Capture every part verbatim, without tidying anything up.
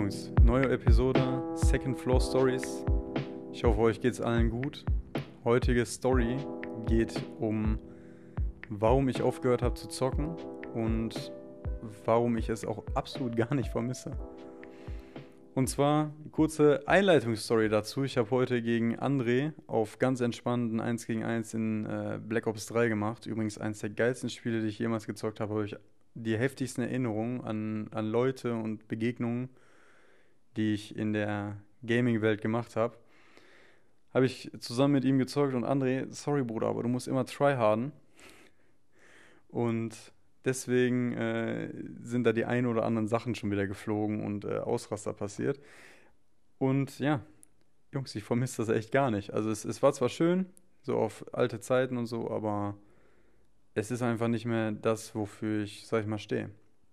Jungs, neue Episode, Second Floor Stories. Ich hoffe, euch geht's allen gut. Heutige Story geht um, warum ich aufgehört habe zu zocken und warum ich es auch absolut gar nicht vermisse. Und zwar kurze Einleitungsstory dazu. Ich habe heute gegen André auf ganz entspannten eins gegen eins in äh, Black Ops drei gemacht. Übrigens eines der geilsten Spiele, die ich jemals gezockt habe. Habe ich die heftigsten Erinnerungen an, an Leute und Begegnungen, die ich in der Gaming-Welt gemacht habe. Habe ich zusammen mit ihm gezockt und André, sorry Bruder, aber du musst immer tryharden. Und deswegen äh, sind da die ein oder anderen Sachen schon wieder geflogen und äh, Ausraster passiert. Und ja, Jungs, ich vermisse das echt gar nicht. Also es, es war zwar schön, so auf alte Zeiten und so, aber es ist einfach nicht mehr das, wofür ich, sag ich mal, stehe.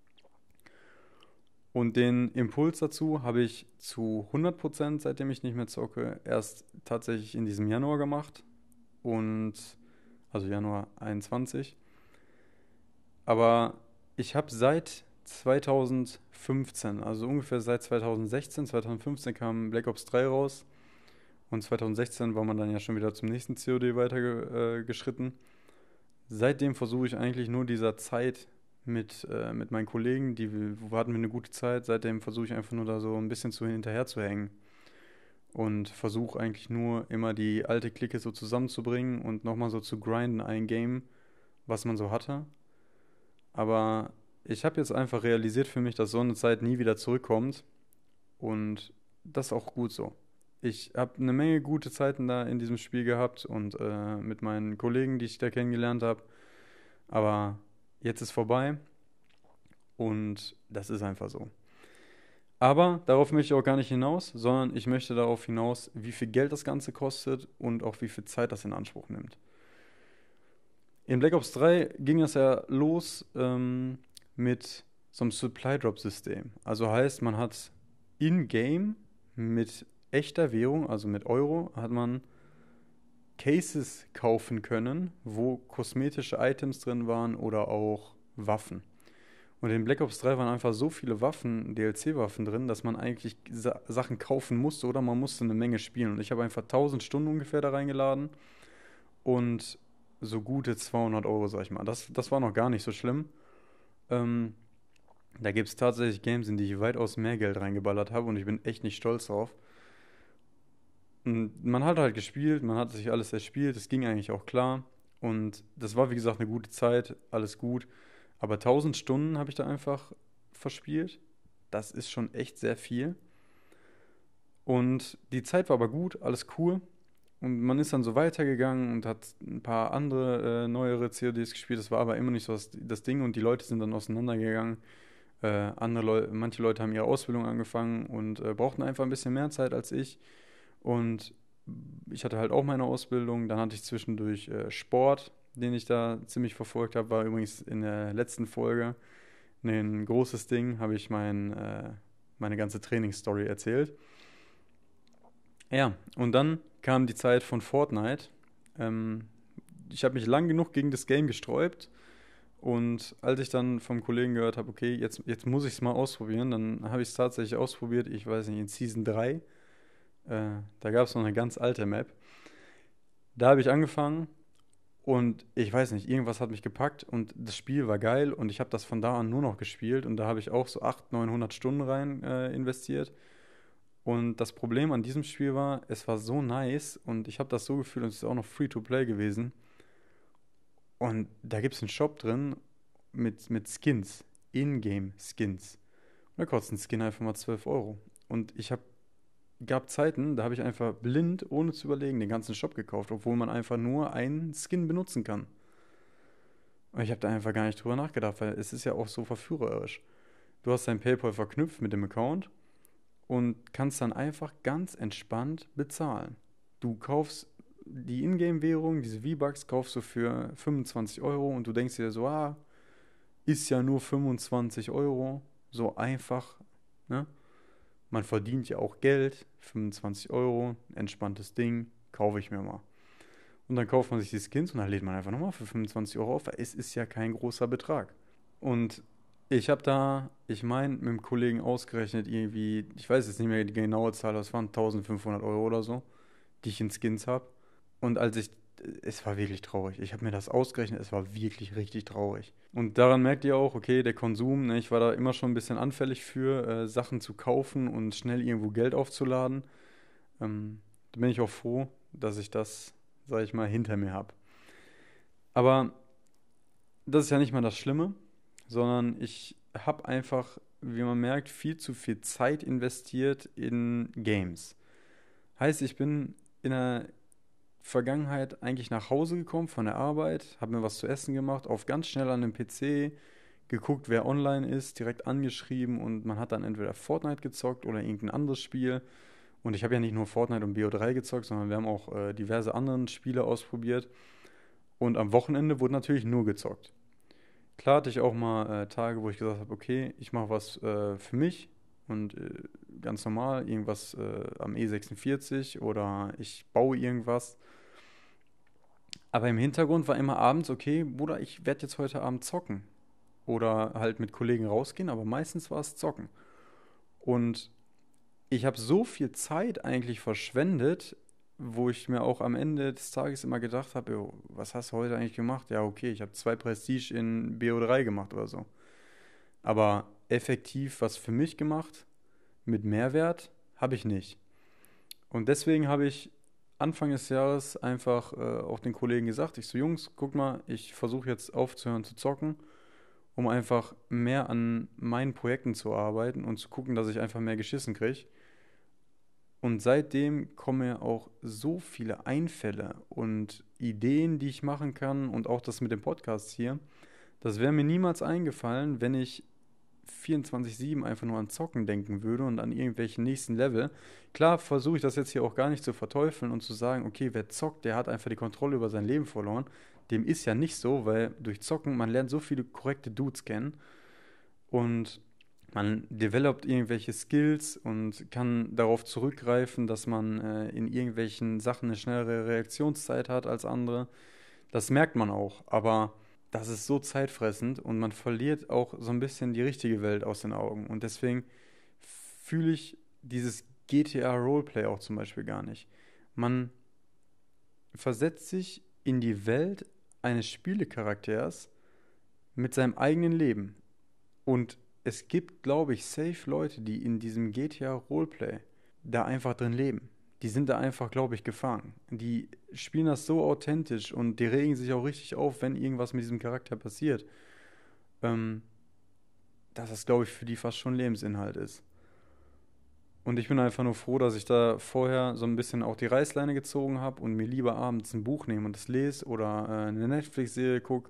Und den Impuls dazu habe ich zu hundert Prozent, seitdem ich nicht mehr zocke, erst tatsächlich in diesem Januar gemacht. Und, also Januar einundzwanzig. Aber ich habe seit zweitausendfünfzehn, also ungefähr seit zweitausendsechzehn, zweitausendfünfzehn kam Black Ops drei raus. Und zweitausendsechzehn war man dann ja schon wieder zum nächsten C O D weitergeschritten. Äh, Seitdem versuche ich eigentlich nur dieser Zeit mit, äh, mit meinen Kollegen, die wir hatten wir eine gute Zeit, seitdem versuche ich einfach nur da so ein bisschen zu hinterher zu hängen. Und versuche eigentlich nur immer die alte Clique so zusammenzubringen und nochmal so zu grinden ein Game, was man so hatte. Aber ich habe jetzt einfach realisiert für mich, dass so eine Zeit nie wieder zurückkommt. Und das ist auch gut so. Ich habe eine Menge gute Zeiten da in diesem Spiel gehabt und äh, mit meinen Kollegen, die ich da kennengelernt habe. Aber jetzt ist vorbei und das ist einfach so. Aber darauf möchte ich auch gar nicht hinaus, sondern ich möchte darauf hinaus, wie viel Geld das Ganze kostet und auch wie viel Zeit das in Anspruch nimmt. In Black Ops drei ging es ja los ähm, mit so einem Supply-Drop-System. Also heißt, man hat in-game mit echter Währung, also mit Euro, hat man Cases kaufen können, wo kosmetische Items drin waren oder auch Waffen. Und in Black Ops drei waren einfach so viele Waffen, D L C-Waffen drin, dass man eigentlich Sa- Sachen kaufen musste oder man musste eine Menge spielen. Und ich habe einfach tausend Stunden ungefähr da reingeladen und so gute zweihundert Euro, sag ich mal. Das, das war noch gar nicht so schlimm. Ähm, da gibt es tatsächlich Games, in die ich weitaus mehr Geld reingeballert habe und ich bin echt nicht stolz drauf. Und man hat halt gespielt, man hat sich alles erspielt, es ging eigentlich auch klar. Und das war, wie gesagt, eine gute Zeit, alles gut. Aber tausend Stunden habe ich da einfach verspielt. Das ist schon echt sehr viel. Und die Zeit war aber gut, alles cool. Und man ist dann so weitergegangen und hat ein paar andere äh, neuere C O Ds gespielt. Das war aber immer nicht so das, das Ding und die Leute sind dann auseinandergegangen. Äh, andere Leu manche Leute haben ihre Ausbildung angefangen und äh, brauchten einfach ein bisschen mehr Zeit als ich. Und ich hatte halt auch meine Ausbildung. Dann hatte ich zwischendurch äh, Sport, den ich da ziemlich verfolgt habe. War übrigens in der letzten Folge ein großes Ding, habe ich mein, äh, meine ganze Trainingsstory erzählt. Ja, und dann kam die Zeit von Fortnite. Ähm, ich habe mich lang genug gegen das Game gesträubt. Und als ich dann vom Kollegen gehört habe, okay, jetzt, jetzt muss ich es mal ausprobieren, dann habe ich es tatsächlich ausprobiert. Ich weiß nicht, in Season drei. Äh, da gab es noch eine ganz alte Map. Da habe ich angefangen und ich weiß nicht, irgendwas hat mich gepackt und das Spiel war geil und ich habe das von da an nur noch gespielt und da habe ich auch so achthundert, neunhundert Stunden rein äh, investiert. Und das Problem an diesem Spiel war, es war so nice und ich habe das so gefühlt und es ist auch noch Free-to-Play gewesen. Und da gibt es einen Shop drin mit, mit Skins, In-Game-Skins. Und da kostet ein Skin einfach mal zwölf Euro. Und ich habe gab Zeiten, da habe ich einfach blind, ohne zu überlegen, den ganzen Shop gekauft, obwohl man einfach nur einen Skin benutzen kann. Und ich habe da einfach gar nicht drüber nachgedacht, weil es ist ja auch so verführerisch. Du hast dein PayPal verknüpft mit dem Account und kannst dann einfach ganz entspannt bezahlen. Du kaufst die Ingame-Währung, diese V-Bucks, kaufst du für fünfundzwanzig Euro und du denkst dir so, ah, ist ja nur fünfundzwanzig Euro, so einfach, ne? Man verdient ja auch Geld, fünfundzwanzig Euro, entspanntes Ding, kaufe ich mir mal. Und dann kauft man sich die Skins und dann lädt man einfach nochmal für fünfundzwanzig Euro auf, weil es ist ja kein großer Betrag. Und Ich habe da, ich meine, mit dem Kollegen ausgerechnet irgendwie, ich weiß jetzt nicht mehr die genaue Zahl, aber es waren eintausendfünfhundert Euro oder so, die ich in Skins habe. Und als ich, es war wirklich traurig. Ich habe mir das ausgerechnet, es war wirklich richtig traurig. Und daran merkt ihr auch, okay, der Konsum, ne, ich war da immer schon ein bisschen anfällig für, äh, Sachen zu kaufen und schnell irgendwo Geld aufzuladen. Ähm, Da bin ich auch froh, dass ich das, sage ich mal, hinter mir habe. Aber das ist ja nicht mal das Schlimme, sondern ich habe einfach, wie man merkt, viel zu viel Zeit investiert in Games. Heißt, ich bin in der Vergangenheit eigentlich nach Hause gekommen von der Arbeit, habe mir was zu essen gemacht, auf ganz schnell an dem P C geguckt, wer online ist, direkt angeschrieben und man hat dann entweder Fortnite gezockt oder irgendein anderes Spiel. Und ich habe ja nicht nur Fortnite und B O drei gezockt, sondern wir haben auch äh, diverse andere Spiele ausprobiert. Und am Wochenende wurde natürlich nur gezockt. Klar hatte ich auch mal äh, Tage, wo ich gesagt habe, okay, ich mache was äh, für mich und äh, ganz normal, irgendwas äh, am E sechsundvierzig oder ich baue irgendwas. Aber im Hintergrund war immer abends, okay, Bruder, ich werde jetzt heute Abend zocken. Oder halt mit Kollegen rausgehen, aber meistens war es zocken. Und ich habe so viel Zeit eigentlich verschwendet, wo ich mir auch am Ende des Tages immer gedacht habe, jo, was hast du heute eigentlich gemacht? Ja, okay, ich habe zwei Prestige in B O drei gemacht oder so. Aber effektiv was für mich gemacht, mit Mehrwert, habe ich nicht. Und deswegen habe ich Anfang des Jahres einfach äh, auch den Kollegen gesagt, ich so, Jungs, guck mal, ich versuche jetzt aufzuhören zu zocken, um einfach mehr an meinen Projekten zu arbeiten und zu gucken, dass ich einfach mehr geschissen kriege. Und seitdem kommen mir auch so viele Einfälle und Ideen, die ich machen kann und auch das mit dem Podcast hier. Das wäre mir niemals eingefallen, wenn ich vierundzwanzig sieben einfach nur an Zocken denken würde und an irgendwelchen nächsten Level. Klar versuche ich das jetzt hier auch gar nicht zu verteufeln und zu sagen, okay, wer zockt, der hat einfach die Kontrolle über sein Leben verloren. Dem ist ja nicht so, weil durch Zocken, man lernt so viele korrekte Dudes kennen und man developt irgendwelche Skills und kann darauf zurückgreifen, dass man äh, in irgendwelchen Sachen eine schnellere Reaktionszeit hat als andere. Das merkt man auch, aber das ist so zeitfressend und man verliert auch so ein bisschen die richtige Welt aus den Augen. Und deswegen fühle ich dieses G T A Roleplay auch zum Beispiel gar nicht. Man versetzt sich in die Welt eines Spielecharakters mit seinem eigenen Leben. Und es gibt, glaube ich, safe Leute, die in diesem G T A Roleplay da einfach drin leben. Die sind da einfach, glaube ich, gefangen. Die spielen das so authentisch und die regen sich auch richtig auf, wenn irgendwas mit diesem Charakter passiert. Ähm, Dass das, glaube ich, für die fast schon Lebensinhalt ist. Und ich bin einfach nur froh, dass ich da vorher so ein bisschen auch die Reißleine gezogen habe und mir lieber abends ein Buch nehme und das lese oder äh, eine Netflix-Serie gucke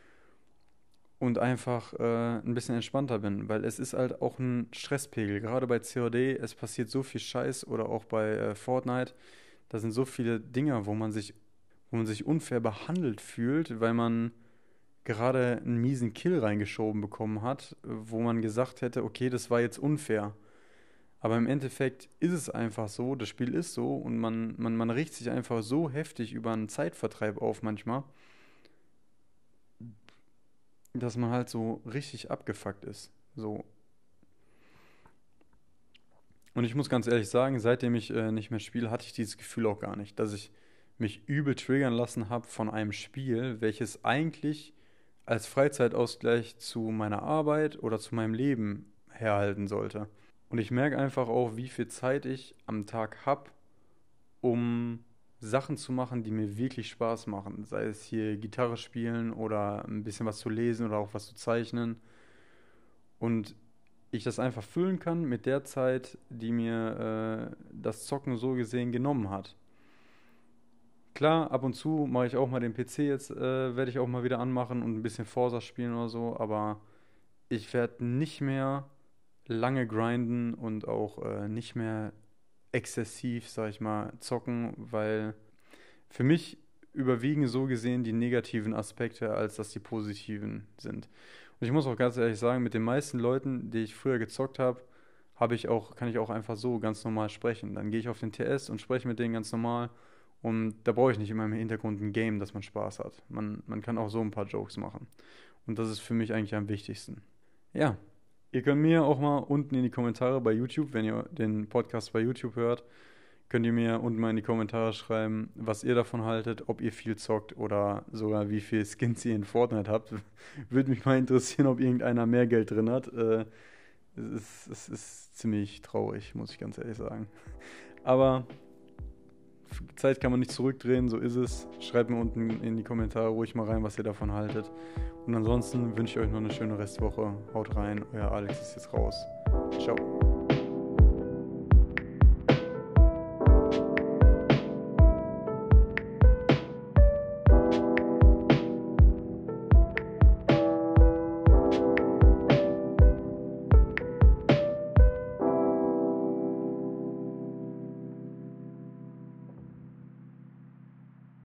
und einfach äh, ein bisschen entspannter bin, weil es ist halt auch ein Stresspegel. Gerade bei C O D, es passiert so viel Scheiß oder auch bei äh, Fortnite, da sind so viele Dinge, wo man sich, wo man sich unfair behandelt fühlt, weil man gerade einen miesen Kill reingeschoben bekommen hat, wo man gesagt hätte, okay, das war jetzt unfair. Aber im Endeffekt ist es einfach so, das Spiel ist so und man, man, man regt sich einfach so heftig über einen Zeitvertreib auf manchmal, dass man halt so richtig abgefuckt ist. So. Und ich muss ganz ehrlich sagen, seitdem ich äh, nicht mehr spiele, hatte ich dieses Gefühl auch gar nicht, dass ich mich übel triggern lassen habe von einem Spiel, welches eigentlich als Freizeitausgleich zu meiner Arbeit oder zu meinem Leben herhalten sollte. Und ich merke einfach auch, wie viel Zeit ich am Tag habe, um Sachen zu machen, die mir wirklich Spaß machen. Sei es hier Gitarre spielen oder ein bisschen was zu lesen oder auch was zu zeichnen. Und ich das einfach füllen kann mit der Zeit, die mir äh, das Zocken so gesehen genommen hat. Klar, ab und zu mache ich auch mal den P C jetzt, äh, werde ich auch mal wieder anmachen und ein bisschen Forza spielen oder so, aber ich werde nicht mehr lange grinden und auch äh, nicht mehr exzessiv, sag ich mal, zocken, weil für mich überwiegen so gesehen die negativen Aspekte, als dass die positiven sind. Und ich muss auch ganz ehrlich sagen, mit den meisten Leuten, die ich früher gezockt habe, habe ich auch, kann ich auch einfach so ganz normal sprechen. Dann gehe ich auf den T S und spreche mit denen ganz normal. Und da brauche ich nicht immer im Hintergrund ein Game, dass man Spaß hat. Man, man kann auch so ein paar Jokes machen. Und das ist für mich eigentlich am wichtigsten. Ja, ihr könnt mir auch mal unten in die Kommentare bei YouTube, wenn ihr den Podcast bei YouTube hört, könnt ihr mir unten mal in die Kommentare schreiben, was ihr davon haltet, ob ihr viel zockt oder sogar wie viel Skins ihr in Fortnite habt. Würde mich mal interessieren, ob irgendeiner mehr Geld drin hat. Äh, es ist, es ist ziemlich traurig, muss ich ganz ehrlich sagen. Aber Zeit kann man nicht zurückdrehen, so ist es. Schreibt mir unten in die Kommentare ruhig mal rein, was ihr davon haltet. Und ansonsten wünsche ich euch noch eine schöne Restwoche. Haut rein, euer Alex ist jetzt raus. Ciao.